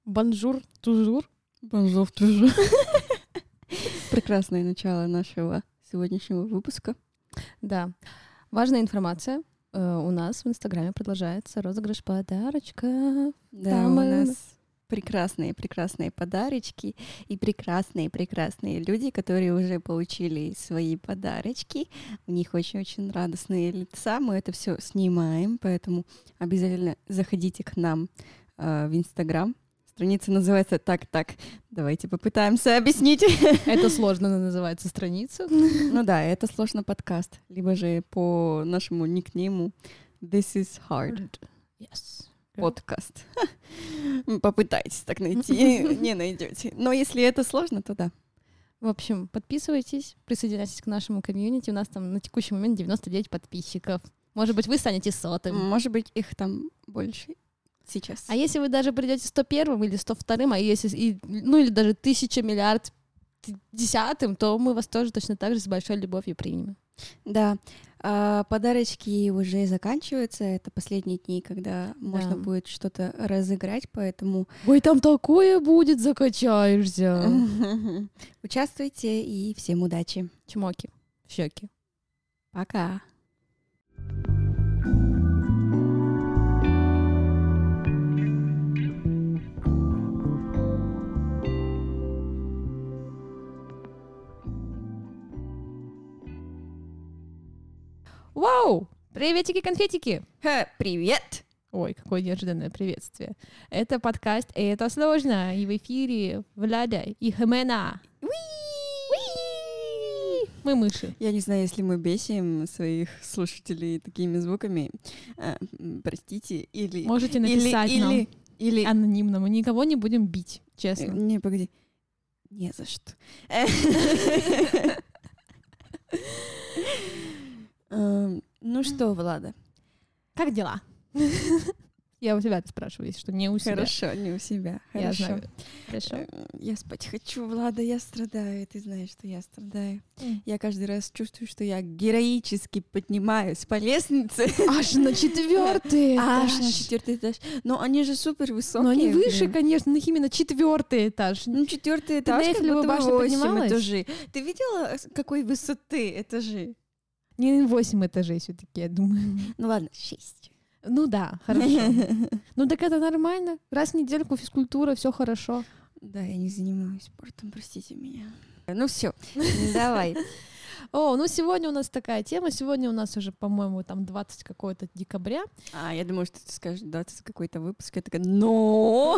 Бонжур, тужур. Бонжур, тужур. Прекрасное начало нашего сегодняшнего выпуска. Да. Важная информация. У нас в Инстаграме продолжается розыгрыш подарочка. Да, у нас прекрасные подарочки и прекрасные люди, которые уже получили свои подарочки. У них очень-очень радостные лица. Мы это все снимаем, поэтому обязательно заходите к нам в Инстаграм. Страница называется так. Давайте попытаемся объяснить. Это сложно называется страница. Ну да, это сложно подкаст. Либо же по нашему никнейму This is hard. Yes. Подкаст. Попытайтесь так найти, не найдете. Но если это сложно, то да. В общем, подписывайтесь, присоединяйтесь к нашему комьюнити. У нас там на текущий момент 99 подписчиков. Может быть, вы станете 100-м. Может быть, их там больше сейчас. А если вы даже придете 101-м или 102-м, или даже 1000 миллиард 10-м, то мы вас тоже точно так же с большой любовью примем. Да. Подарочки уже заканчиваются. Это последние дни, когда можно будет что-то разыграть, поэтому... Ой, там такое будет, закачаешься. Участвуйте и всем удачи. Чмоки в щеки. Пока. Вау! Приветики-конфетики! Привет! Ой, какое неожиданное приветствие. Это подкаст «Это сложно», и в эфире Влада и Химена. Мы мыши. Я не знаю, если мы бесим своих слушателей такими звуками. Простите, или... Можете написать нам анонимно. Мы никого не будем бить, честно. Не, погоди. Не за что. Ну что, Влада? Как дела? Я у тебя спрашиваю, если что, не у себя. Хорошо, не у себя. Я знаю. Хорошо. Я спать хочу, Влада, я страдаю. Ты знаешь, что я страдаю. Я каждый раз чувствую, что я героически поднимаюсь по лестнице. Аж на 4-й этаж. Аж на 4-й этаж. Но они же супер высокие. Но они выше, конечно, именно 4-й этаж. Ну, 4-й этаж, как будто 8 этажей. Ты видела, какой высоты этажи? Не 8 этажей все-таки, я думаю. Ну ладно, 6. Ну да, хорошо. Ну так это нормально. Раз в недельку физкультура, все хорошо. Да, я не занимаюсь спортом, простите меня. Ну все, давай. О, ну сегодня у нас такая тема. Сегодня у нас уже, по-моему, там 20 какого-то декабря. Я думаю, что ты скажешь 20 какой-то выпуск. Я такая, но...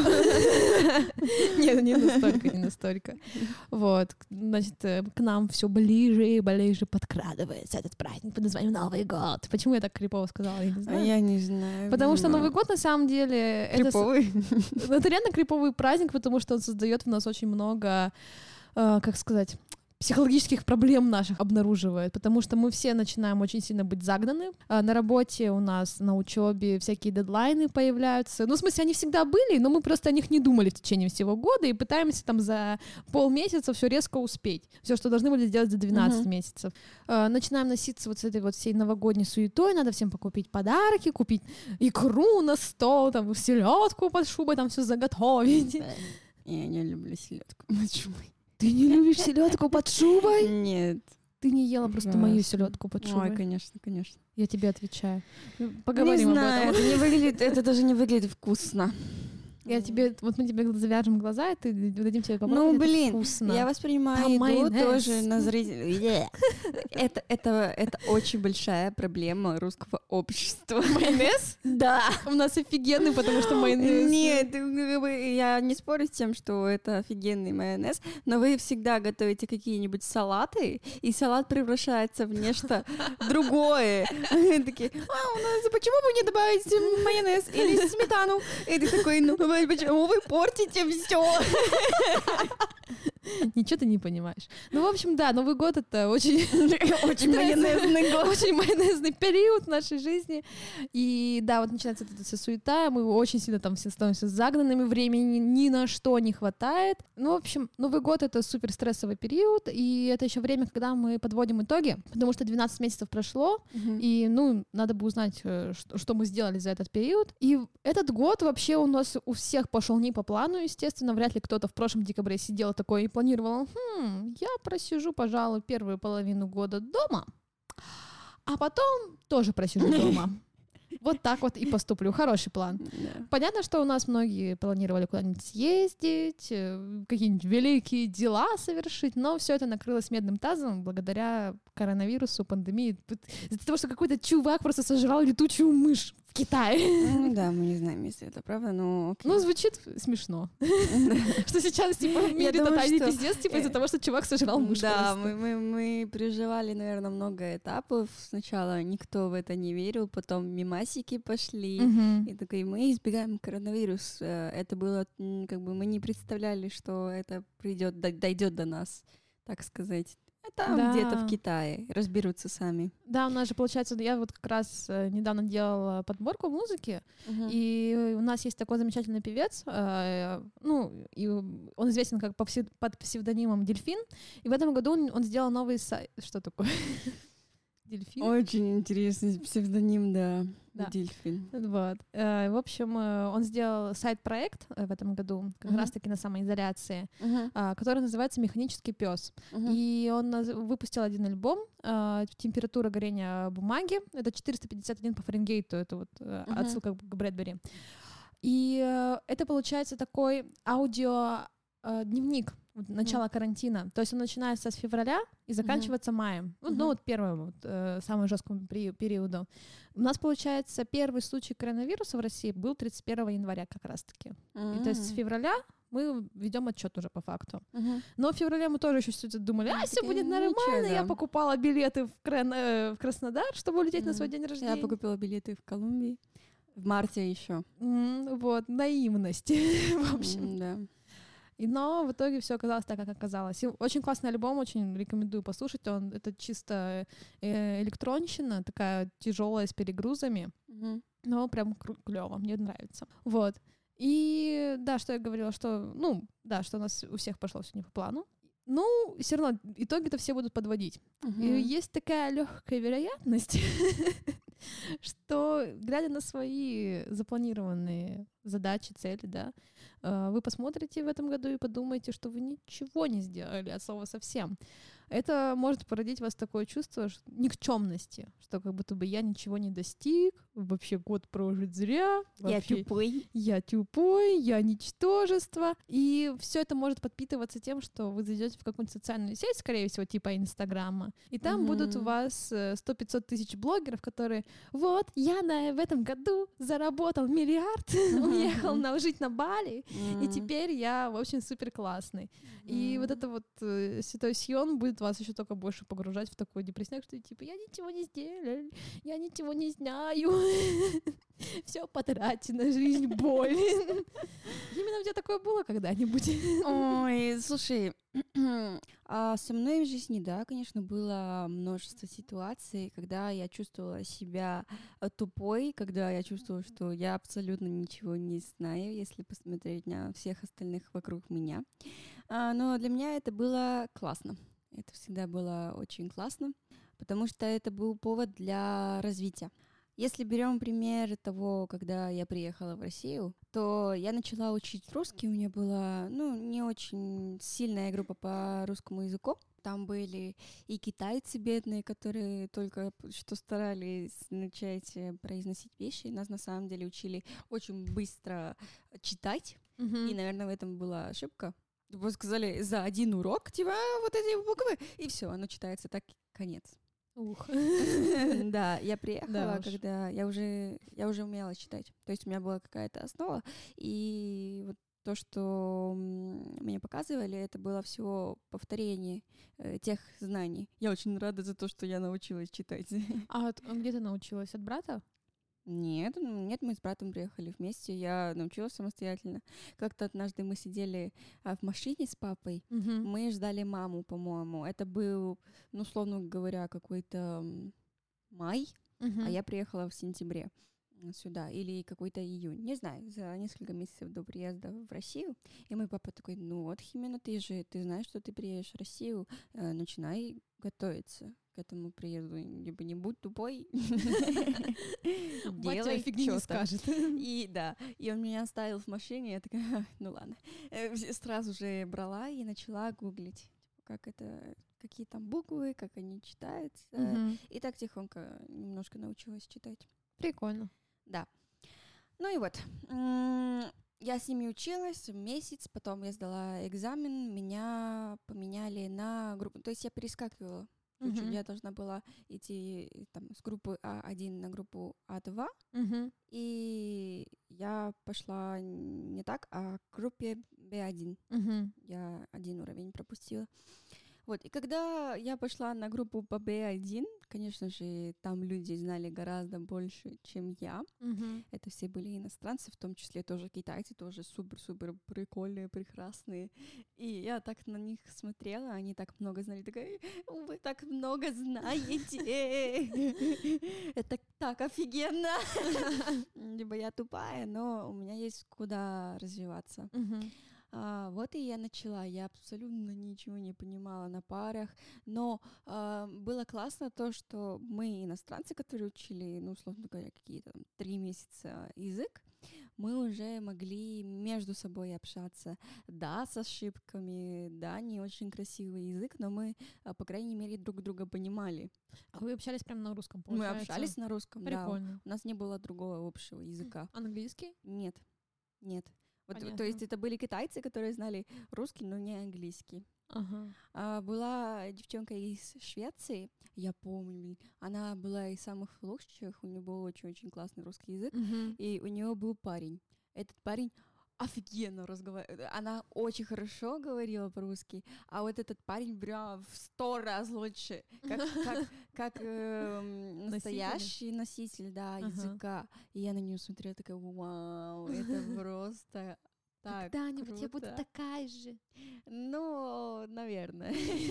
Нет, не настолько. Вот, значит, к нам все ближе и ближе подкрадывается этот праздник под названием Новый год. Почему я так крипово сказала? Я не знаю. Я не знаю. Потому что Новый год, на самом деле... Криповый? Это реально криповый праздник, потому что он создает в нас очень много, как сказать... психологических проблем наших обнаруживает, потому что мы все начинаем очень сильно быть загнаны. На работе у нас, на учебе всякие дедлайны появляются. Ну, в смысле, они всегда были, но мы просто о них не думали в течение всего года и пытаемся там за полмесяца все резко успеть. Все, что должны были сделать за 12 месяцев. Начинаем носиться вот с этой вот всей новогодней суетой, надо всем покупить подарки, купить икру на стол, там, селедку под шубой, там все заготовить. Я не люблю селедку под шубой. Ты не любишь селедку под шубой? Нет. Ты не ела просто мою селедку под шубой. Ой, конечно. Я тебе отвечаю. Поговорим об этом. Это не выглядит, это даже не выглядит вкусно. Мы тебе завяжем глаза, и дадим тебе попробовать. Ну, блин, вкусно. Я воспринимаю еду тоже на зрителей. Это очень большая проблема русского общества. Майонез? Да. У нас офигенный, потому что майонез. Нет, я не спорю с тем, что это офигенный майонез, но вы всегда готовите какие-нибудь салаты, и салат превращается в нечто другое. Такие, почему бы не добавить майонез или сметану? И ты такой, почему вы портите все? Ничего ты не понимаешь. Ну, в общем, да, Новый год — это очень майонезный год. очень майонезный период в нашей жизни. И да, вот начинается эта вся суета, мы очень сильно там все становимся загнанными, времени ни на что не хватает. Ну, в общем, Новый год — это супер стрессовый период, и это еще время, когда мы подводим итоги, потому что 12 месяцев прошло, и, ну, надо бы узнать, что мы сделали за этот период. И этот год вообще у нас у всех пошел не по плану, естественно. Вряд ли кто-то в прошлом декабре сидел такой и планировал: я просижу, пожалуй, первую половину года дома, а потом тоже просижу дома. Вот так вот и поступлю. Хороший план. Понятно, что у нас многие планировали куда-нибудь съездить, какие-нибудь великие дела совершить, но все это накрылось медным тазом благодаря коронавирусу, пандемии. Из-за того, что какой-то чувак просто сожрал летучую мышь в Китае. Ну да, мы не знаем, если это правда, но окей. Ну, звучит смешно. Что сейчас, типа, в мире тотальный пиздец, типа, из-за того, что чувак сожрал мышь. Да, мы переживали, наверное, много этапов. Сначала никто в это не верил, потом мемасики пошли. И такие, мы избегаем коронавирус. Это было, как бы, мы не представляли, что это дойдет до нас, так сказать. Там где-то в Китае разберутся сами. Да, у нас же, получается, я вот как раз недавно делала подборку музыки, и у нас есть такой замечательный певец, ну, и он известен как под псевдонимом Дельфин, и в этом году он сделал новый сайт. Что такое? Дельфин? Очень интересный псевдоним, да. Дельфин. Вот. В общем, он сделал сайт-проект в этом году, как раз-таки на самоизоляции, который называется «Механический пес». И он выпустил один альбом «Температура горения бумаги». Это 451 по Фаренгейту, это вот отсылка к Брэдбери. И это получается такой аудиодневник начала карантина. То есть он начинается с февраля и заканчивается маем. Ну, вот первым, самым жестким периодом. У нас, получается, первый случай коронавируса в России был 31 января как раз-таки. И, то есть с февраля мы ведем отчет уже по факту. Но в феврале мы тоже еще думали, все будет нормально. Я покупала билеты в Краснодар, чтобы улететь на свой день рождения. Я покупила билеты в Колумбии. В марте еще. Вот, наивность. В общем. Да. Но в итоге все оказалось так, как оказалось. И очень классный альбом, очень рекомендую послушать. Это чисто электронщина, такая тяжелая, с перегрузами. Но прям клево, мне нравится. Вот. И да, что я говорила, что, ну, да, что у нас у всех пошло все не по плану. Ну, все равно итоги-то все будут подводить. И есть такая легкая вероятность, что, глядя на свои запланированные задачи, цели, да, вы посмотрите в этом году и подумаете, что вы ничего не сделали от слова совсем. Это может породить у вас такое чувство никчемности, что как будто бы я ничего не достиг, вообще год прожит зря. Я тупой. Я тупой, я ничтожество. И все это может подпитываться тем, что вы зайдете в какую-нибудь социальную сеть, скорее всего, типа Инстаграма, и там будут у вас 100-500 тысяч блогеров, которые: вот, я в этом году заработал миллиард, уехал жить на Бали, и теперь я, в общем, супер классный. И вот это вот ситуацион будет вас еще только больше погружать в такой депрессняк, что типа я ничего не сделал, я ничего не знаю, все потрачено, жизнь боль. Именно у тебя такое было когда-нибудь? Ой, слушай, со мной в жизни, да, конечно, было множество ситуаций, когда я чувствовала себя тупой, когда я чувствовала, что я абсолютно ничего не знаю, если посмотреть на всех остальных вокруг меня. Но для меня это было классно. Это всегда было очень классно, потому что это был повод для развития. Если берем пример того, когда я приехала в Россию, то я начала учить русский. У меня была, не очень сильная группа по русскому языку. Там были и китайцы бедные, которые только что старались начать произносить вещи. Нас на самом деле учили очень быстро читать. И, наверное, в этом была ошибка. Вы сказали, за один урок, типа, вот эти буквы, и все, оно читается так, конец. Ух. Да, я приехала, когда я уже умела читать. То есть у меня была какая-то основа, и вот то, что мне показывали, это было всего повторение тех знаний. Я очень рада за то, что я научилась читать. А где ты научилась? От брата? Нет, мы с братом приехали вместе, я научилась самостоятельно. Как-то однажды мы сидели в машине с папой, мы ждали маму, по-моему. Это был, ну, условно говоря, какой-то май, а я приехала в сентябре сюда, или какой-то июнь, не знаю, за несколько месяцев до приезда в Россию. И мой папа такой: ну вот, Химена, ты знаешь, что ты приедешь в Россию, начинай готовиться к этому приезду, либо не будь тупой, делай фигни не скажет. И да, и он меня оставил в машине, я такая: ну ладно. Сразу же брала и начала гуглить, как это, какие там буквы, как они читаются, и так тихонько немножко научилась читать. Прикольно. Да. Ну и вот, я с ними училась месяц, потом я сдала экзамен, меня поменяли на группу, то есть я перескакивала. Я должна была идти там с группы А1 на группу А2, и я пошла не так, а к группе Б1. Я 1 уровень пропустила. Вот, и когда я пошла на группу по Б1, конечно же, там люди знали гораздо больше, чем я. Это все были иностранцы, в том числе тоже китайцы, тоже супер-супер прикольные, прекрасные. И я так на них смотрела, они так много знали, такая: вы так много знаете, это так офигенно. Либо я тупая, но у меня есть куда развиваться. Вот и я начала. Я абсолютно ничего не понимала на парах, но было классно то, что мы, иностранцы, которые учили, ну, условно говоря, какие-то 3 месяца язык, мы уже могли между собой общаться. Да, с ошибками, да, не очень красивый язык, но мы, по крайней мере, друг друга понимали. А вы общались прямо на русском, получается? Мы общались на русском, Прикольно. да. У нас не было другого общего языка. Английский? Нет. Вот, то есть это были китайцы, которые знали русский, но не английский. Была девчонка из Швеции, я помню, она была из самых лучших, у нее был очень-очень классный русский язык, и у нее был парень. Этот парень офигенно разговаривал, она очень хорошо говорила по-русски, а вот этот парень прям в 100 раз лучше, как настоящий носитель, да, языка. И я на нее смотрела, такая: вау, это просто так когда-нибудь круто. я буду такая же. Ну, наверное.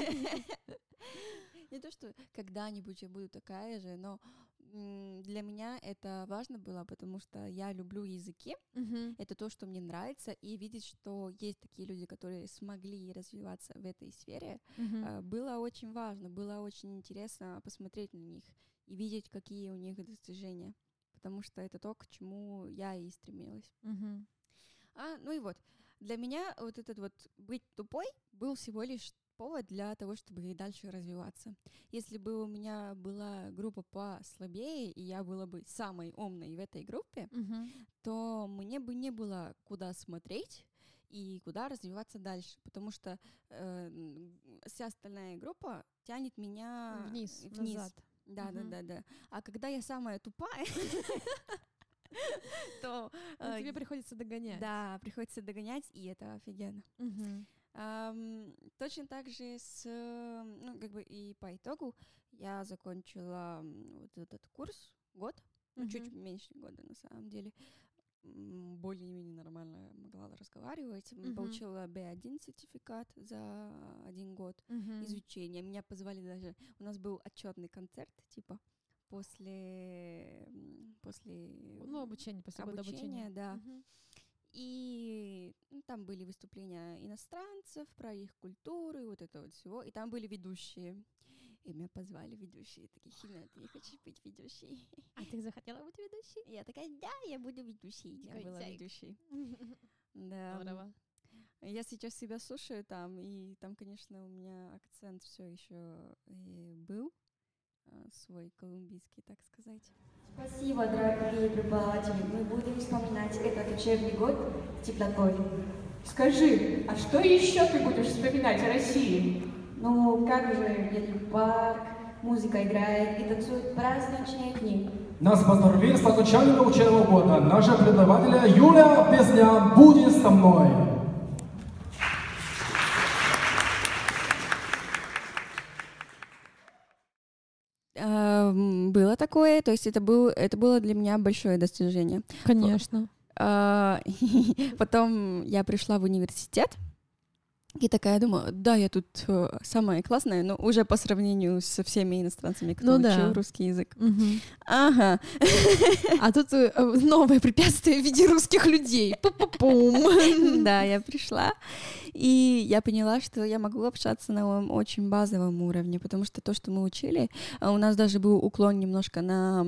Не то, что когда-нибудь я буду такая же, но для меня это важно было, потому что я люблю языки. Это то, что мне нравится, и видеть, что есть такие люди, которые смогли развиваться в этой сфере, было очень важно, было очень интересно посмотреть на них и видеть, какие у них достижения, потому что это то, к чему я и стремилась. Ну и вот, для меня вот этот вот быть тупой был всего лишь повод для того, чтобы и дальше развиваться. Если бы у меня была группа послабее, и я была бы самой умной в этой группе, то мне бы не было куда смотреть и куда развиваться дальше, потому что вся остальная группа тянет меня вниз. Назад. Да. А когда я самая тупая, то тебе приходится догонять. Да, приходится догонять, и это офигенно. Точно так же и по итогу я закончила вот этот курс год, чуть меньше года на самом деле, более-менее нормально могла разговаривать, получила B1 сертификат за 1 год изучения. Меня позвали даже, у нас был отчетный концерт, типа, после обучения, после года обучения, да. И там были выступления иностранцев про их культуру, вот это вот всего. И там были ведущие. И меня позвали ведущие. Такие: Химена, ты не хочешь быть ведущей? А ты захотела быть ведущей? Я такая: да, я буду ведущей. Я была ведущей. Да. Здорово. Я сейчас себя слушаю там, и там, конечно, у меня акцент все еще был. Свой колумбийский, так сказать. Спасибо, дорогие преподаватели. Мы будем вспоминать этот учебный год с теплотой. Скажи, а что еще ты будешь вспоминать о России? Ну, как же, едем в парк, музыка играет и танцуют праздничные дни. Нас поздравили с окончанием учебного года. Наша преподавателя Юля, песня «Будь со мной». Было такое, то есть это было для меня большое достижение. Конечно. Потом я пришла в университет, и такая думаю, да, я тут самая классная, но уже по сравнению со всеми иностранцами, кто учил русский язык. Ага. А тут новое препятствие в виде русских людей. Пу-пу-пум. Да, я пришла, и я поняла, что я могу общаться на очень базовом уровне, потому что то, что мы учили, у нас даже был уклон немножко на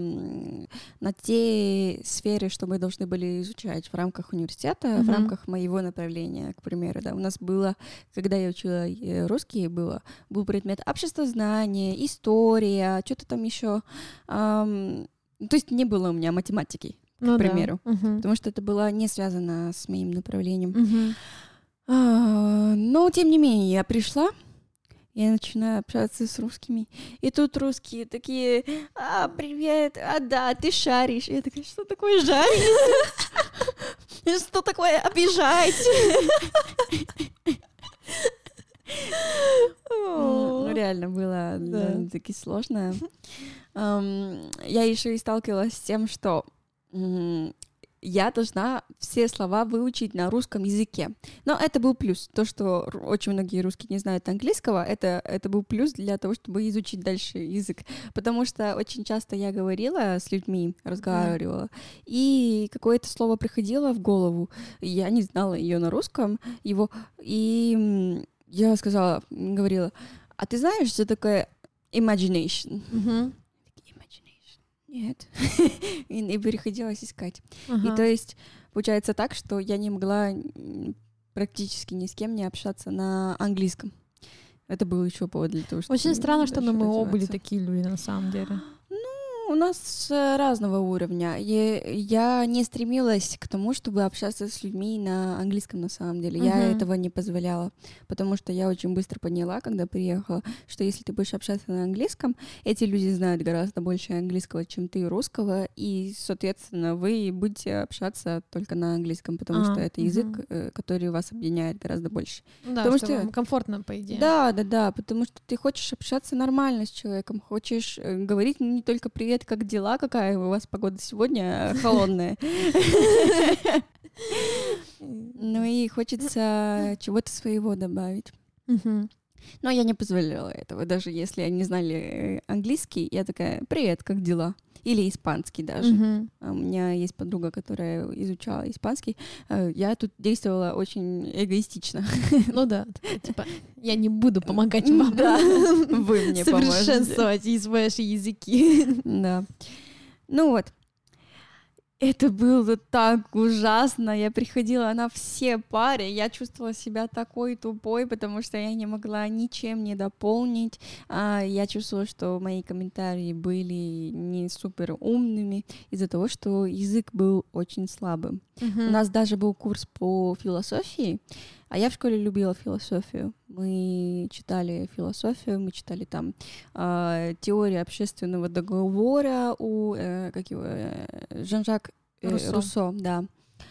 те сферы, что мы должны были изучать в рамках университета, в рамках моего направления, к примеру. Да. У нас было, когда я учила русский, был предмет обществознание, история, что-то там еще. То есть не было у меня математики, к примеру, потому что это было не связано с моим направлением. Но, тем не менее, я пришла, я начинаю общаться с русскими, и тут русские такие: привет, да, ты шаришь. Я такая: что такое жарить? Что такое обижать? Ну, реально было довольно-таки сложно. Я еще и сталкивалась с тем, что я должна все слова выучить на русском языке. Но это был плюс. То, что очень многие русские не знают английского, это был плюс для того, чтобы изучить дальше язык. Потому что очень часто я говорила с людьми, разговаривала, и какое-то слово приходило в голову, я не знала ее на русском, и я говорила: а ты знаешь, что такое imagination? Нет. И приходилось искать. И то есть получается так, что я не могла практически ни с кем не общаться на английском. Это был еще повод для того, чтобы... Очень странно, что мы оба были такие люди, на самом деле. У нас разного уровня. Я не стремилась к тому, чтобы общаться с людьми на английском, на самом деле. Я этого не позволяла, потому что я очень быстро поняла, когда приехала, что если ты будешь общаться на английском, эти люди знают гораздо больше английского, чем ты русского, и, соответственно, вы будете общаться только на английском, потому что это язык, который вас объединяет гораздо больше. Да, потому что вам комфортно, по идее. Да, потому что ты хочешь общаться нормально с человеком, хочешь говорить не только «привет, как дела, какая у вас погода сегодня холодная». Ну и хочется чего-то своего добавить. Но я не позволяла этого, даже если они знали английский, я такая: «Привет, как дела?» Или испанский даже. У меня есть подруга, которая изучала испанский. Я тут действовала очень эгоистично. Ну да, типа, я не буду помогать вам. Да, вы мне поможете. Совершенствовать ваши языки. Да. Ну вот. Это было так ужасно. Я приходила на все пары, я чувствовала себя такой тупой, потому что я не могла ничем не дополнить. Я чувствовала, что мои комментарии были не супер умными из-за того, что язык был очень слабым. У нас даже был курс по философии, а я в школе любила философию. Мы читали философию, мы читали там теорию общественного договора у Жан-Жак Руссо, да.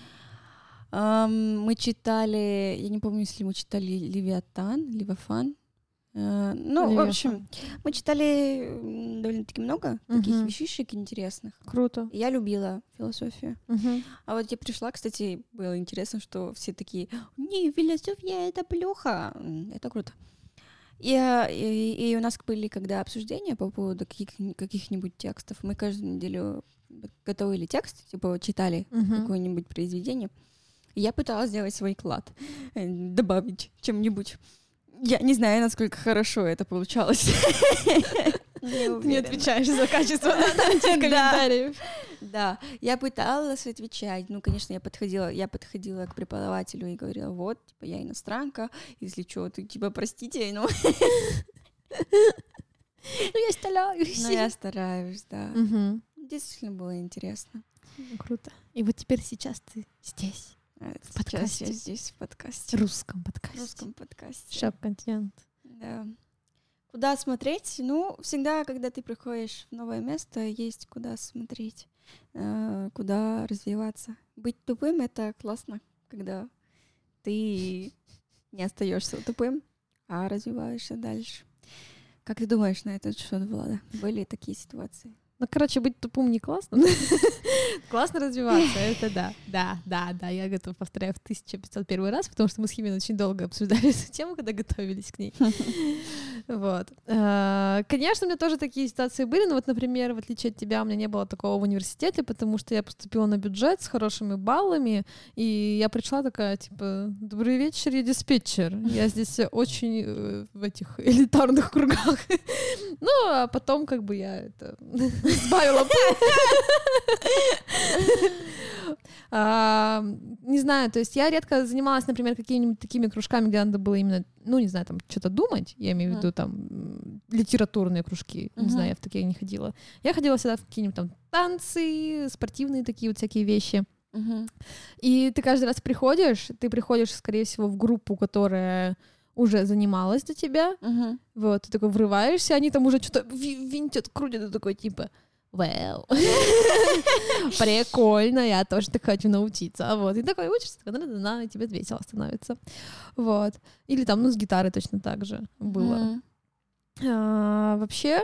Мы читали, я не помню, если мы читали Левиафан. В общем, мы читали довольно-таки много таких вещичек интересных. Круто. Я любила философию. А вот я пришла, кстати, было интересно, что все такие: не, философия — это плохо. Это круто. И у нас были когда обсуждения по поводу каких-нибудь текстов. Мы каждую неделю готовили текст, типа читали какое-нибудь произведение. И я пыталась сделать свой вклад, добавить чем-нибудь. Я не знаю, насколько хорошо это получалось. Ты не отвечаешь за качество комментариев. Да, я пыталась отвечать. Ну, конечно, я подходила к преподавателю и говорила: вот, типа, я иностранка, если что, ты, типа, простите, но... Я стараюсь, да. Действительно было интересно. Круто. И вот теперь сейчас ты здесь. В подкасте. Я здесь в подкасте. Русском подкасте. Русском подкасте. Шап-континент. Да. Куда смотреть? Ну, всегда, когда ты приходишь в новое место, есть куда смотреть, куда развиваться. Быть тупым — это классно, когда ты не остаешься тупым, а развиваешься дальше. Как ты думаешь на этот счет, Влада? Были такие ситуации? Ну, короче, быть тупым не классно. Классно развиваться, это да. Я готова, повторяю, в 1501 раз, потому что мы с Химиной очень долго обсуждали эту тему, когда готовились к ней. Вот. Конечно, у меня тоже такие ситуации были, но вот, например, в отличие от тебя, у меня не было такого в университете, потому что я поступила на бюджет с хорошими баллами, и я пришла такая, типа, добрый вечер, я диспетчер. Я здесь очень в этих элитарных кругах. Ну, а потом как бы я это сбавила пыл. Не знаю, то есть я редко занималась, например, какими-нибудь такими кружками, где надо было именно, ну, не знаю, там, что-то думать, я имею в виду, там, литературные кружки, не знаю, я в такие не ходила. Я ходила всегда в какие-нибудь там танцы, спортивные такие вот всякие вещи. И ты каждый раз приходишь, скорее всего, в группу, которая уже занималась до тебя, вот, ты такой врываешься, они там уже что-то винтят, крутят, и такой, типа, вау, прикольно, я тоже так хочу научиться, вот, и такой учишься, и тебе весело становится, вот, или там, ну, с гитарой точно так же было. Вообще,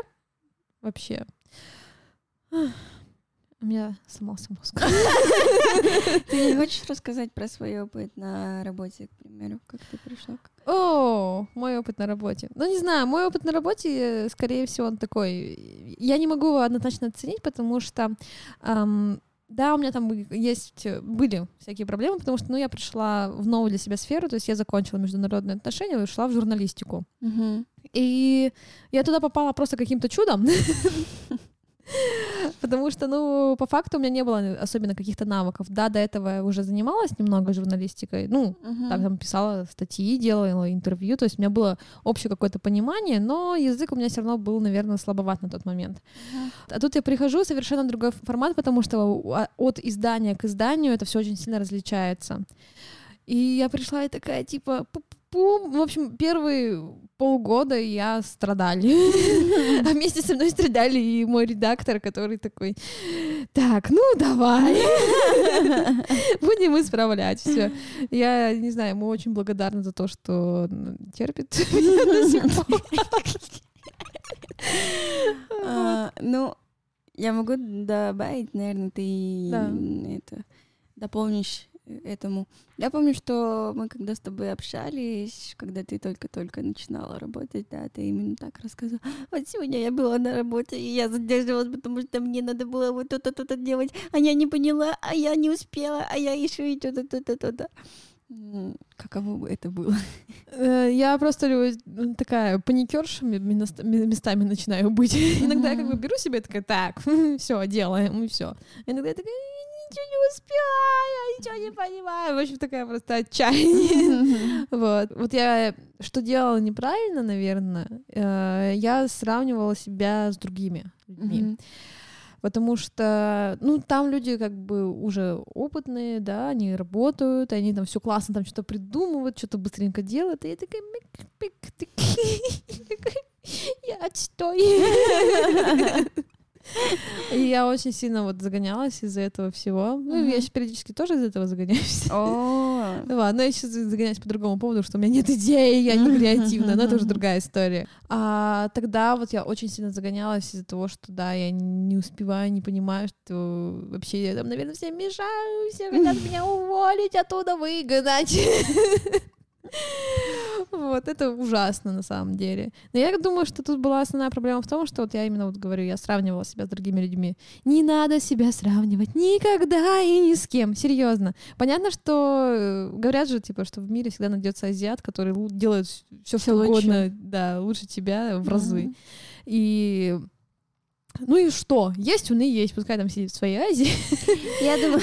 у меня сломался мозг. Ты не хочешь рассказать про свой опыт на работе, к примеру, как ты пришла? О, мой опыт на работе. Ну, не знаю, мой опыт на работе, скорее всего, он такой... Я не могу его однозначно оценить, потому что, да, у меня там были всякие проблемы, потому что, ну, я пришла в новую для себя сферу, то есть я закончила международные отношения и ушла в журналистику. И я туда попала просто каким-то чудом. Потому что, ну, по факту у меня не было особенно каких-то навыков. Да, до этого я уже занималась немного журналистикой. Ну, так там писала статьи, делала интервью. То есть у меня было общее какое-то понимание, но язык у меня все равно был, наверное, слабоват на тот момент. А тут я прихожу, совершенно другой формат, потому что от издания к изданию это все очень сильно различается. И я пришла и такая, типа... В общем, первые полгода я страдали. А вместе со мной страдали и мой редактор, который такой, так, ну давай, будем исправлять все. Я не знаю, ему очень благодарна за то, что он терпит меня до сих пор. Ну, я могу добавить, наверное, ты это дополнишь этому. Я помню, что мы когда с тобой общались, когда ты только-только начинала работать, да, ты именно так рассказывала. Вот сегодня я была на работе, и я задерживалась, потому что мне надо было вот то-то делать, а я не поняла, а я не успела, а я еще и то-то. Каково это было? Я просто такая паникерша местами начинаю быть. Иногда я как бы беру себе такая, так, все, делаем, и все. Иногда я такая, ничего не успеваю, ничего не понимаю. В общем, такая просто отчаяние. Вот я что делала неправильно, наверное, я сравнивала себя с другими людьми. Потому что, ну, там люди как бы уже опытные, да, они работают, они там все классно там что-то придумывают, что-то быстренько делают, и я такая, я отстой. И я очень сильно вот загонялась из-за этого всего. Ну, я сейчас периодически тоже из-за этого загоняюсь. Ладно, я сейчас загоняюсь по другому поводу, что у меня нет идей, я не креативна, но это уже другая история. А тогда вот я очень сильно загонялась из-за того, что, да, я не успеваю, не понимаю, что вообще я там, наверное, всем мешаю, все хотят меня уволить, оттуда выгнать. Вот, это ужасно на самом деле. Но я думаю, что тут была основная проблема в том, что вот я именно вот говорю, я сравнивала себя с другими людьми. Не надо себя сравнивать никогда и ни с кем, серьезно. Понятно, что говорят же, типа, что в мире всегда найдется азиат, который делает все что угодно, да, лучше тебя в разы. И ну и что? Есть он и есть, пускай там сидит в своей Азии. Я думаю...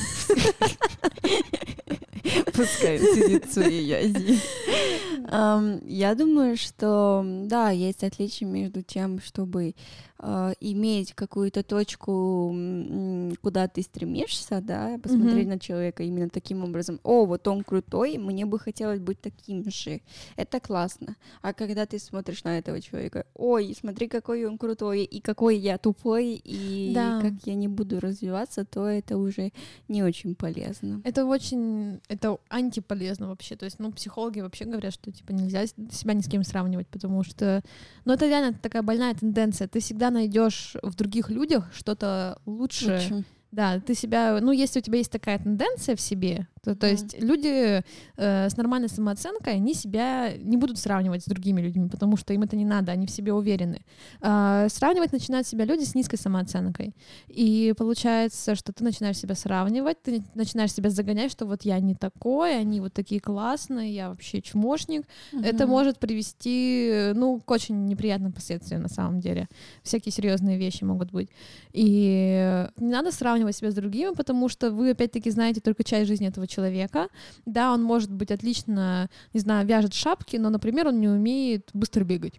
Пускай сидит в своей Азии. Я думаю, что, да, есть отличие между тем, чтобы иметь какую-то точку, куда ты стремишься, да, посмотреть на человека именно таким образом. О, вот он крутой, мне бы хотелось быть таким же. Это классно. А когда ты смотришь на этого человека, ой, смотри, какой он крутой, и какой я тупой, и как я не буду развиваться, то это уже не очень полезно. Это антиполезно вообще. То есть, ну, психологи вообще говорят, что, типа, нельзя себя ни с кем сравнивать, потому что, ну, это реально такая больная тенденция. Ты всегда всегда найдешь в других людях что-то лучшее. Лучше. Да, ты себя, ну, если у тебя есть такая тенденция в себе, то есть люди с нормальной самооценкой, они себя не будут сравнивать с другими людьми, потому что им это не надо, они в себе уверены. Сравнивать начинают себя люди с низкой самооценкой. И получается, что ты начинаешь себя сравнивать, ты начинаешь себя загонять, что вот я не такой, они вот такие классные, я вообще чмошник. Это может привести, ну, к очень неприятным последствиям на самом деле. Всякие серьезные вещи могут быть. И не надо сравнивать себя с другими, потому что вы, опять-таки, знаете только часть жизни этого человека. Да, он может быть отлично, не знаю, вяжет шапки, но, например, он не умеет быстро бегать.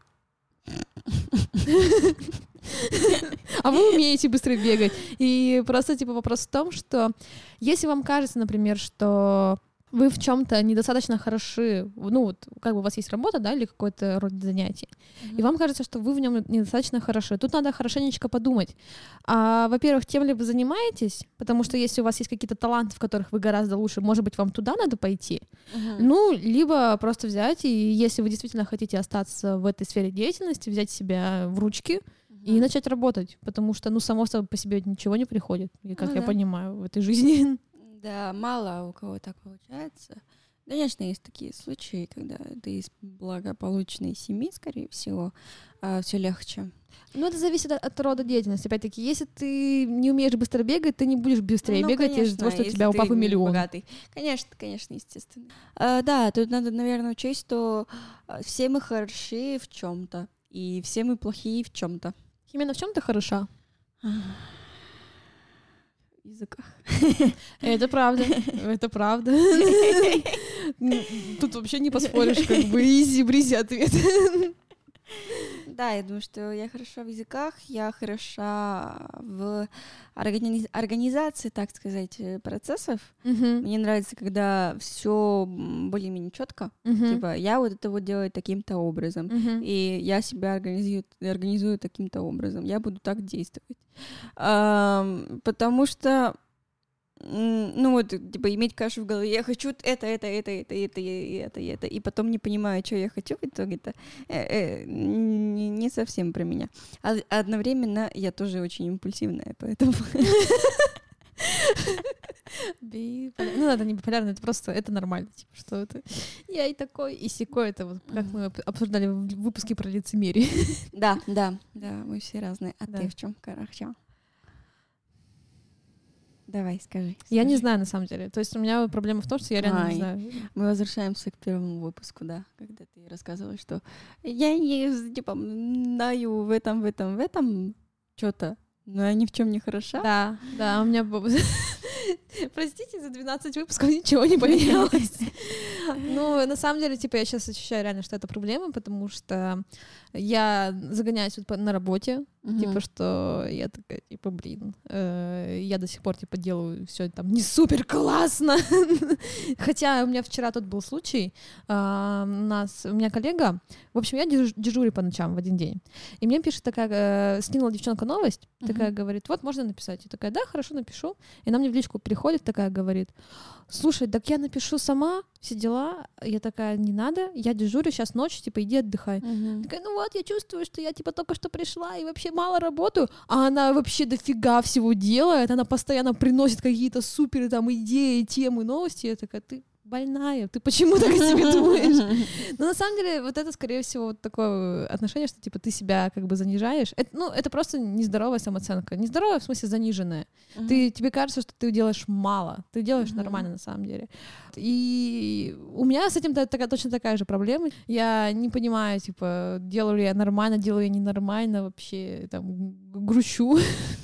А вы умеете быстро бегать. И просто, типа, вопрос в том, что если вам кажется, например, что вы в чем-то недостаточно хороши, ну вот как бы у вас есть работа, да, или какой-то род занятий, и вам кажется, что вы в нем недостаточно хороши, тут надо хорошенечко подумать. Во-первых, тем ли вы занимаетесь, потому что если у вас есть какие-то таланты, в которых вы гораздо лучше, может быть, вам туда надо пойти, ну, либо просто взять, и если вы действительно хотите остаться в этой сфере деятельности, взять себя в ручки и начать работать, потому что, ну, само собой по себе ничего не приходит, и как я понимаю в этой жизни. Да, мало у кого так получается. Конечно, есть такие случаи, когда ты из благополучной семьи, скорее всего, все легче. Ну, это зависит от рода деятельности. Опять-таки, если ты не умеешь быстро бегать, ты не будешь быстрее бегать из-за того, что у тебя у папы миллион. Богатый. Конечно, естественно. Да, тут надо, наверное, учесть, что все мы хороши в чем-то, и все мы плохие в чем-то. Именно в чем ты хороша? В языках. Это правда, это правда. Тут вообще не поспоришь, как бы изи-бризи ответ. Да, я думаю, что я хороша в языках, я хороша в организации, так сказать, процессов. Мне нравится, когда все более-менее четко. Типа, я вот это вот делаю таким-то образом, и я себя организую таким-то образом. Я буду так действовать. Потому что ну вот, типа, иметь кашу в голове, я хочу это, и потом не понимаю, что я хочу в итоге, это не совсем про меня. А одновременно я тоже очень импульсивная, поэтому... Ну, это не популярно, это просто, это нормально, типа, что это я и такой, и сякой, это вот, как мы обсуждали в выпуске про лицемерие. Да, мы все разные. А ты в чем хороша? Давай, скажи. Я не знаю, на самом деле. То есть у меня проблема в том, что я реально не знаю. Мы возвращаемся к первому выпуску, да, когда ты рассказывала, что я не, типа, знаю в этом что-то, но я ни в чем не хороша. Да, у меня... Простите, за 12 выпусков ничего не поменялось. Ну, на самом деле, типа, я сейчас ощущаю реально, что это проблема, потому что я загоняюсь вот на работе, типа, что я такая, типа, блин, я до сих пор, типа, делаю все там не супер классно. Хотя у меня вчера тут был случай, у меня коллега, в общем, я дежурю по ночам в один день, и мне пишет такая, скинула девчонка новость, такая говорит, вот, можно написать? Я такая, да, хорошо, напишу. И она мне в личку приходит, такая говорит, слушай, так я напишу сама, все дела. Я такая, не надо, я дежурю, сейчас ночь, типа, иди отдыхай. Такая, ну вот, я чувствую, что я, типа, только что пришла и вообще мало работаю, а она вообще дофига всего делает, она постоянно приносит какие-то супер там идеи, темы, новости. Я такая, ты больная, ты почему так о себе думаешь? Но на самом деле вот это, скорее всего, вот такое отношение, что типа ты себя как бы занижаешь. Это просто нездоровая самооценка. Нездоровая, в смысле, заниженная. Тебе кажется, что ты делаешь мало, ты делаешь нормально на самом деле. И у меня с этим точно такая же проблема. Я не понимаю, типа, делаю ли я нормально, делаю я ненормально, вообще там грущу.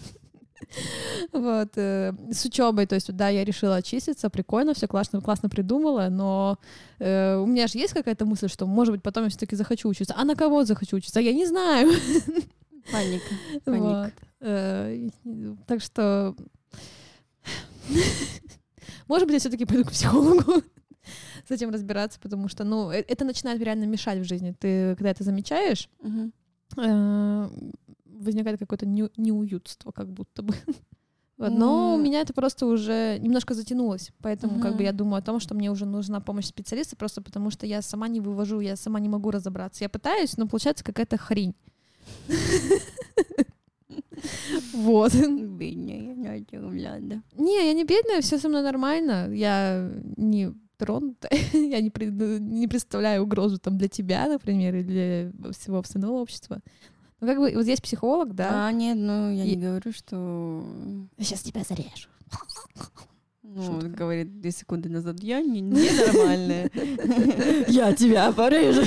Вот, с учебой, то есть, да, я решила отчислиться, прикольно, все классно придумала, но у меня же есть какая-то мысль, что, может быть, потом я все-таки захочу учиться. А на кого захочу учиться? Я не знаю. Паника. Вот. Так что, может быть, я все-таки пойду к психологу с этим разбираться, потому что, ну, это начинает реально мешать в жизни. Ты, когда это замечаешь, возникает какое-то неуютство, как будто бы. Но у меня это просто уже немножко затянулось, поэтому как бы я думаю о том, что мне уже нужна помощь специалиста, просто потому что я сама не вывожу, я сама не могу разобраться. Я пытаюсь, но получается какая-то хрень. Вот. Бедная, Надя. Не, я не бедная, все со мной нормально. Я не тронутая. Я не представляю угрозу там для тебя, например, или для всего остального общества. Ну, как бы, вот здесь психолог, да? Нет, я не говорю, что... Сейчас тебя зарежу. Вот, говорит 2 секунды назад, я ненормальная. Я тебя порежу.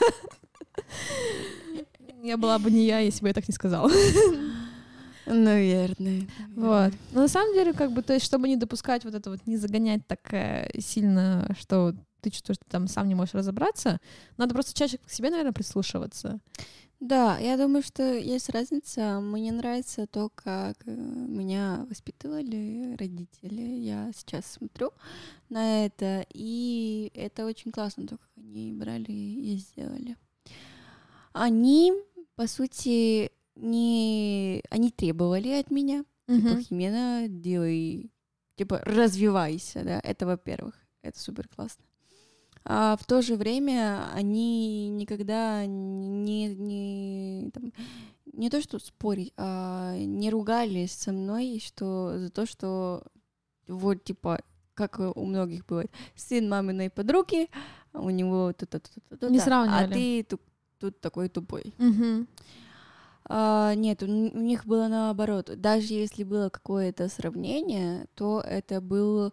Я была бы не я, если бы я так не сказала. Наверное. Вот. Но на самом деле, как бы, то есть, чтобы не допускать вот это вот, не загонять так сильно, что ты чувствуешь, что ты там сам не можешь разобраться, надо просто чаще к себе, наверное, прислушиваться. Да, я думаю, что есть разница. Мне нравится то, как меня воспитывали родители. Я сейчас смотрю на это, и это очень классно, то, как они брали и сделали. Они, по сути, они требовали от меня, типа, Химена, делай, типа, развивайся, да, это, во-первых, это супер классно. А в то же время они никогда не то что спорить, а не ругались со мной за то, что вот, типа, как у многих бывает, сын маминой подруги, у него Не сравнивали. А ты тут такой тупой. Угу. Нет, у них было наоборот. Даже если было какое-то сравнение, то это было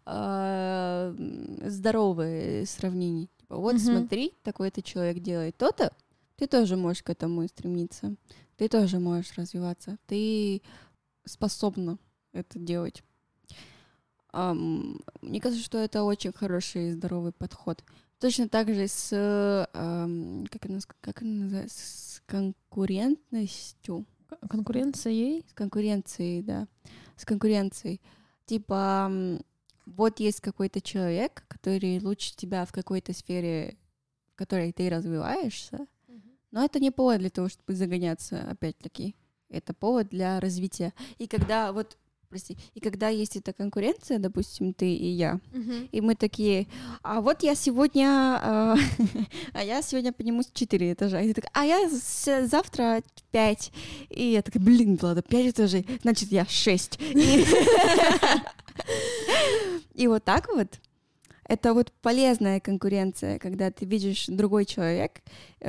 здоровое сравнение. Типа, вот смотри, такой-то человек делает то-то, ты тоже можешь к этому стремиться, ты тоже можешь развиваться, ты способна это делать. Мне кажется, что это очень хороший и здоровый подход. Точно так же с, как это называется, с конкурентностью. Конкуренцией? С конкуренцией, да. С конкуренцией. Типа, вот есть какой-то человек, который лучше тебя в какой-то сфере, в которой ты развиваешься, но это не повод для того, чтобы загоняться, опять-таки. Это повод для развития. И когда есть эта конкуренция, допустим, ты и я, и мы такие, а вот я сегодня, я сегодня поднимусь 4 этажа, и ты такая, а я завтра 5, и я такая, ладно, 5 этажей, значит, я 6. И вот так вот. Это вот полезная конкуренция, когда ты видишь другого человека,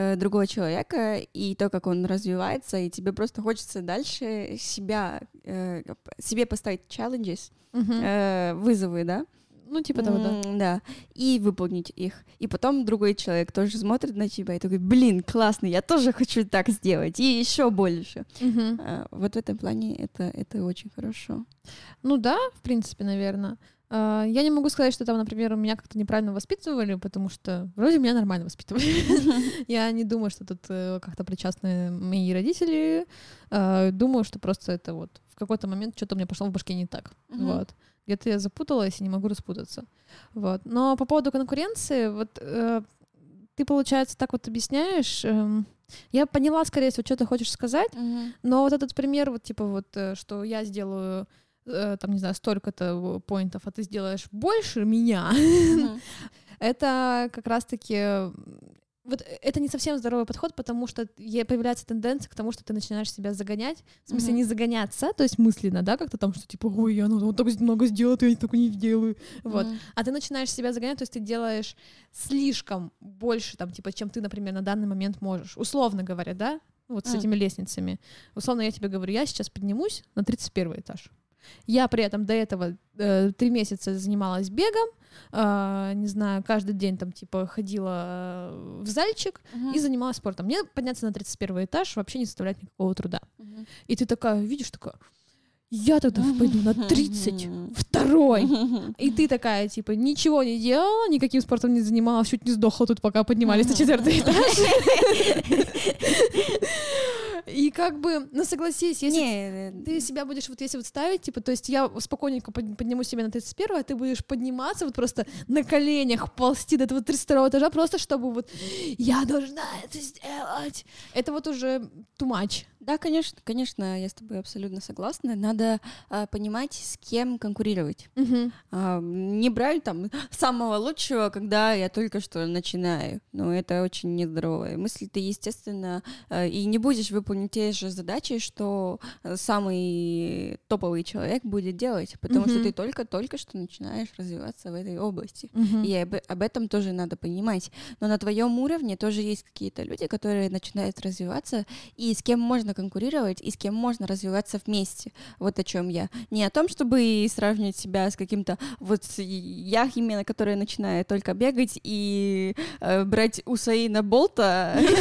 и то, как он развивается, и тебе просто хочется дальше себе поставить challenges, вызовы, да? Ну, типа того, да. Да, и выполнить их. И потом другой человек тоже смотрит на тебя и такой, классно, я тоже хочу так сделать, и еще больше. Вот в этом плане это очень хорошо. Ну да, в принципе, наверное. Я не могу сказать, что там, например, меня как-то неправильно воспитывали, потому что вроде меня нормально воспитывали. Я не думаю, что тут как-то причастны мои родители. Думаю, что просто это вот в какой-то момент что-то у меня пошло в башке не так. Вот. Где-то я запуталась и не могу распутаться. Вот. Но по поводу конкуренции, вот ты, получается, так вот объясняешь. Я поняла, скорее всего, что ты хочешь сказать, но вот этот пример, вот типа вот, что я сделаю там, не знаю, столько-то поинтов, а ты сделаешь больше меня, это как раз-таки... Вот это не совсем здоровый подход, потому что появляется тенденция к тому, что ты начинаешь себя загонять, в смысле не загоняться, то есть мысленно, да, как-то там, что типа, ой, я вот так много сделала, я так не делаю, вот. А ты начинаешь себя загонять, то есть ты делаешь слишком больше, там, типа, чем ты, например, на данный момент можешь, условно говоря, да, вот с этими лестницами. Условно я тебе говорю, я сейчас поднимусь на 31 этаж. Я при этом до этого 3 месяца занималась бегом, не знаю, каждый день там типа ходила в зальчик и занималась спортом. Мне подняться на 31 этаж вообще не составляет никакого труда. И ты такая, видишь, такая, я тогда пойду на 32-й. И ты такая, типа, ничего не делала, никаким спортом не занималась, чуть не сдохла тут, пока поднимались на 4-й этаж. И как бы, ну согласись, если ты себя будешь вот если вот ставить, типа, то есть я спокойненько подниму себя на 31-й, а ты будешь подниматься вот просто на коленях, ползти до этого 32-го этажа, просто чтобы вот я должна это сделать. Это вот уже too much. Да, конечно, я с тобой абсолютно согласна. Надо понимать, с кем конкурировать. Не брать там самого лучшего, когда я только что начинаю. Но это очень нездоровая мысль. Ты, естественно, и не будешь выполнять те же задачи, что самый топовый человек будет делать, потому что ты только что начинаешь развиваться в этой области. И об этом тоже надо понимать. Но на твоем уровне тоже есть какие-то люди, которые начинают развиваться, и с кем можно конкурировать, и с кем можно развиваться вместе. Вот о чем я. Не о том, чтобы сравнивать себя с каким-то вот я именно, которая начинает только бегать и брать Усаина Болта. И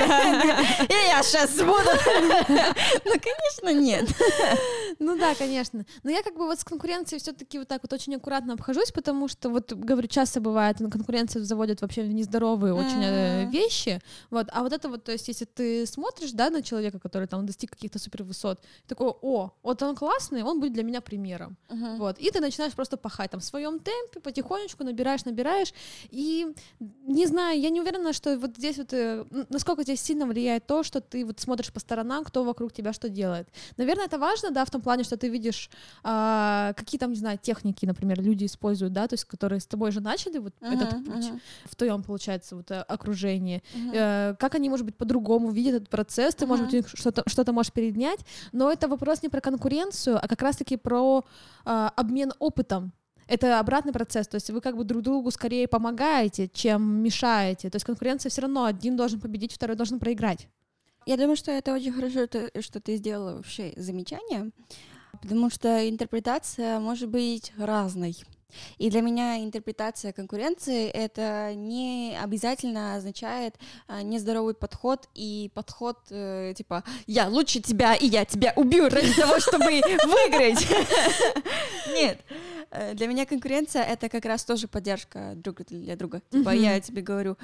я сейчас буду. Ну, конечно, нет. Ну да, конечно. Но я как бы вот с конкуренцией все-таки вот так вот очень аккуратно обхожусь, потому что вот, говорю, часто бывает, конкуренция заводит вообще в нездоровые очень вещи. Вот. А вот это вот, то есть, если ты смотришь, да, на человека, который там достиг каких-то супервысот, такой, вот он классный, он будет для меня примером. Вот. И ты начинаешь просто пахать там в своем темпе, потихонечку набираешь, и не знаю, я не уверена, что вот здесь вот, насколько здесь сильно влияет то, что ты вот смотришь по сторонам, кто вокруг тебя что делает. Наверное, это важно, да, в том плане, что ты видишь, какие там, не знаю, техники, например, люди используют, да, то есть, которые с тобой же начали вот этот путь в твоем, получается, вот окружении, как они, может быть, по-другому видят этот процесс, ты, может быть, что-то можешь перенять, но это вопрос не про конкуренцию, а как раз-таки про обмен опытом. Это обратный процесс, то есть вы как бы друг другу скорее помогаете, чем мешаете, то есть конкуренция все равно, один должен победить, второй должен проиграть. Я думаю, что это очень хорошо, что ты сделала вообще замечание, потому что интерпретация может быть разной. И для меня интерпретация конкуренции — это не обязательно означает нездоровый подход и подход типа «я лучше тебя, и я тебя убью ради того, чтобы выиграть». Нет. Для меня конкуренция — это как раз тоже поддержка друг для друга. Типа я тебе говорю,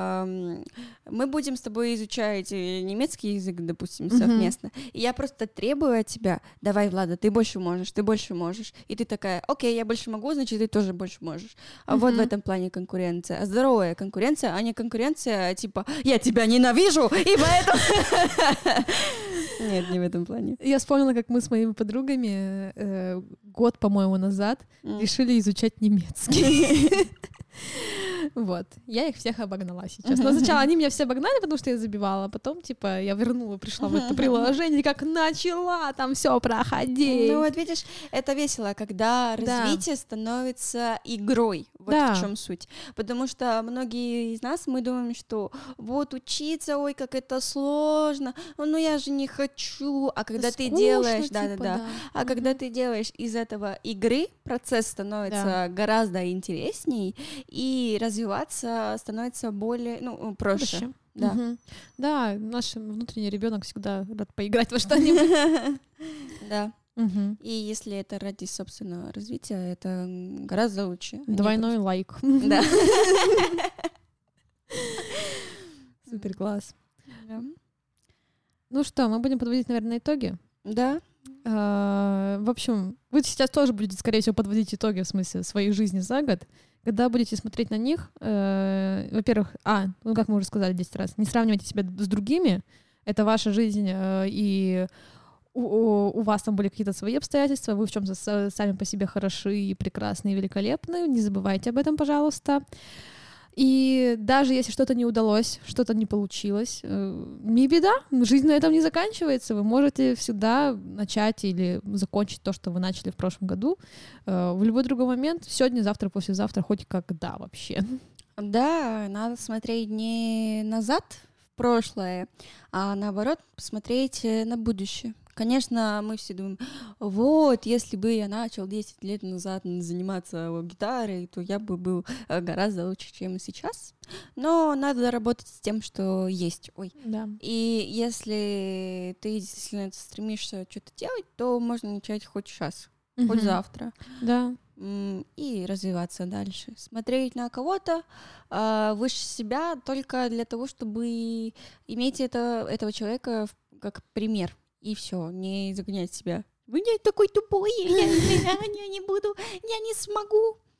мы будем с тобой изучать немецкий язык, допустим, совместно, и я просто требую от тебя: давай, Влада, ты больше можешь. И ты такая: окей, я больше могу, значит, ты тоже больше можешь. А вот в этом плане конкуренция. А здоровая конкуренция, а не конкуренция типа «я тебя ненавижу, и поэтому...» Нет, не в этом плане. Я вспомнила, как мы с моими подругами год, по-моему, назад решили изучать немецкий. Вот. Я их всех обогнала сейчас. Но сначала они меня все обогнали, потому что я забивала, а потом, типа, я пришла в это приложение, как начала там все проходить. Ну вот видишь, это весело, когда развитие становится игрой. Вот в чем суть. Потому что многие из нас, мы думаем, что вот учиться, ой, как это сложно, ну я же не хочу. А когда ты делаешь, а когда ты делаешь из этого игры, процесс становится гораздо интересней, и развиваться становится более, проще. Да. Да, наш внутренний ребенок всегда рад поиграть во что-нибудь. Да. И если это ради собственного развития, это гораздо лучше. Двойной лайк. Да. Супер класс. Ну что, мы будем подводить, наверное, итоги? Да. В общем, вы сейчас тоже будете, скорее всего, подводить итоги, в смысле, своей жизни за год. Когда будете смотреть на них, во-первых, как мы уже сказали 10 раз, не сравнивайте себя с другими, это ваша жизнь, и у вас там были какие-то свои обстоятельства, вы в чем-то сами по себе хороши и прекрасны и великолепны, не забывайте об этом, пожалуйста. И даже если что-то не удалось, что-то не получилось, не беда, жизнь на этом не заканчивается, вы можете всегда начать или закончить то, что вы начали в прошлом году в любой другой момент, сегодня, завтра, послезавтра, хоть когда вообще. Да, надо смотреть не назад в прошлое, а наоборот посмотреть на будущее. Конечно, мы все думаем, вот, если бы я начал 10 лет назад заниматься гитарой, то я бы был гораздо лучше, чем сейчас. Но надо работать с тем, что есть. Да. И если ты действительно стремишься что-то делать, то можно начать хоть сейчас, хоть завтра. Да. И развиваться дальше. Смотреть на кого-то выше себя только для того, чтобы иметь этого человека как пример. И все, не загонять себя. Вы не такой тупой, я не буду, я не смогу.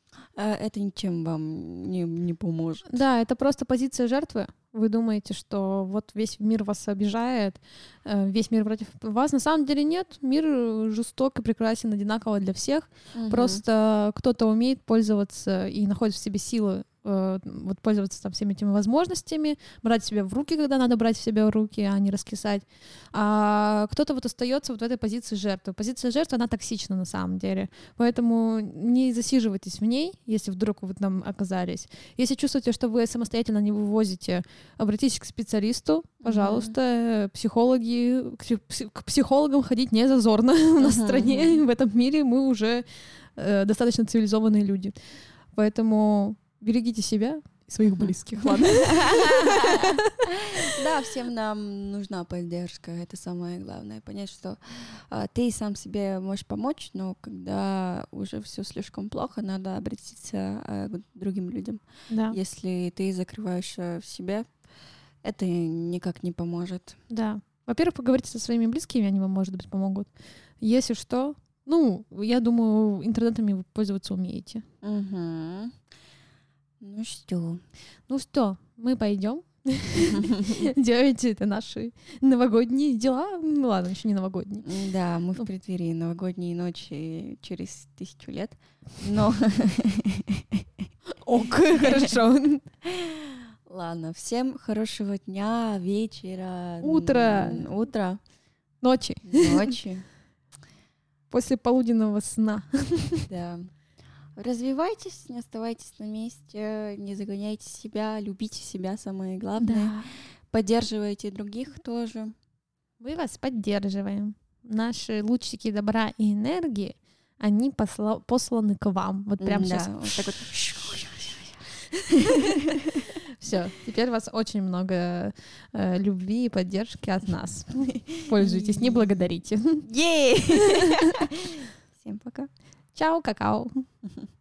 Это ничем вам не поможет. Да, это просто позиция жертвы. Вы думаете, что вот весь мир вас обижает, весь мир против вас. На самом деле нет. Мир жесток и прекрасен одинаково для всех. Просто кто-то умеет пользоваться и находит в себе силы вот пользоваться там всеми этими возможностями, брать себя в руки, когда надо брать себя в руки, а не раскисать. А кто-то вот остается вот в этой позиции жертвы. Позиция жертвы, она токсична на самом деле. Поэтому не засиживайтесь в ней, если вдруг вы там оказались. Если чувствуете, что вы самостоятельно не вывозите, обратитесь к специалисту, пожалуйста. Психологи, к психологам ходить не зазорно. У нас в стране, в этом мире мы уже достаточно цивилизованные люди. Поэтому берегите себя и своих близких, ладно? Да, всем нам нужна поддержка, это самое главное. Понять, что ты сам себе можешь помочь, но когда уже все слишком плохо, надо обратиться к другим людям. Да. Если ты закрываешься в себе, это никак не поможет. Да. Во-первых, поговорите со своими близкими, они вам, может быть, помогут. Если что, я думаю, интернетами вы пользоваться умеете. Ну что, мы пойдем. Делайте это наши новогодние дела. Ну ладно, еще не новогодние. Да, мы в преддверии новогодней ночи через 1000 лет. Но ок, хорошо. Ладно, всем хорошего дня, вечера, утра, ночи, после полуденного сна. Да. Развивайтесь, не оставайтесь на месте, не загоняйте себя, любите себя, самое главное. Да. Поддерживайте других тоже. Мы вас поддерживаем. Наши лучики добра и энергии, они посланы к вам. Вот прямо сейчас. Вот так вот. Все, теперь у вас очень много любви и поддержки от нас. Пользуйтесь, не благодарите. Всем пока. Чао, какао.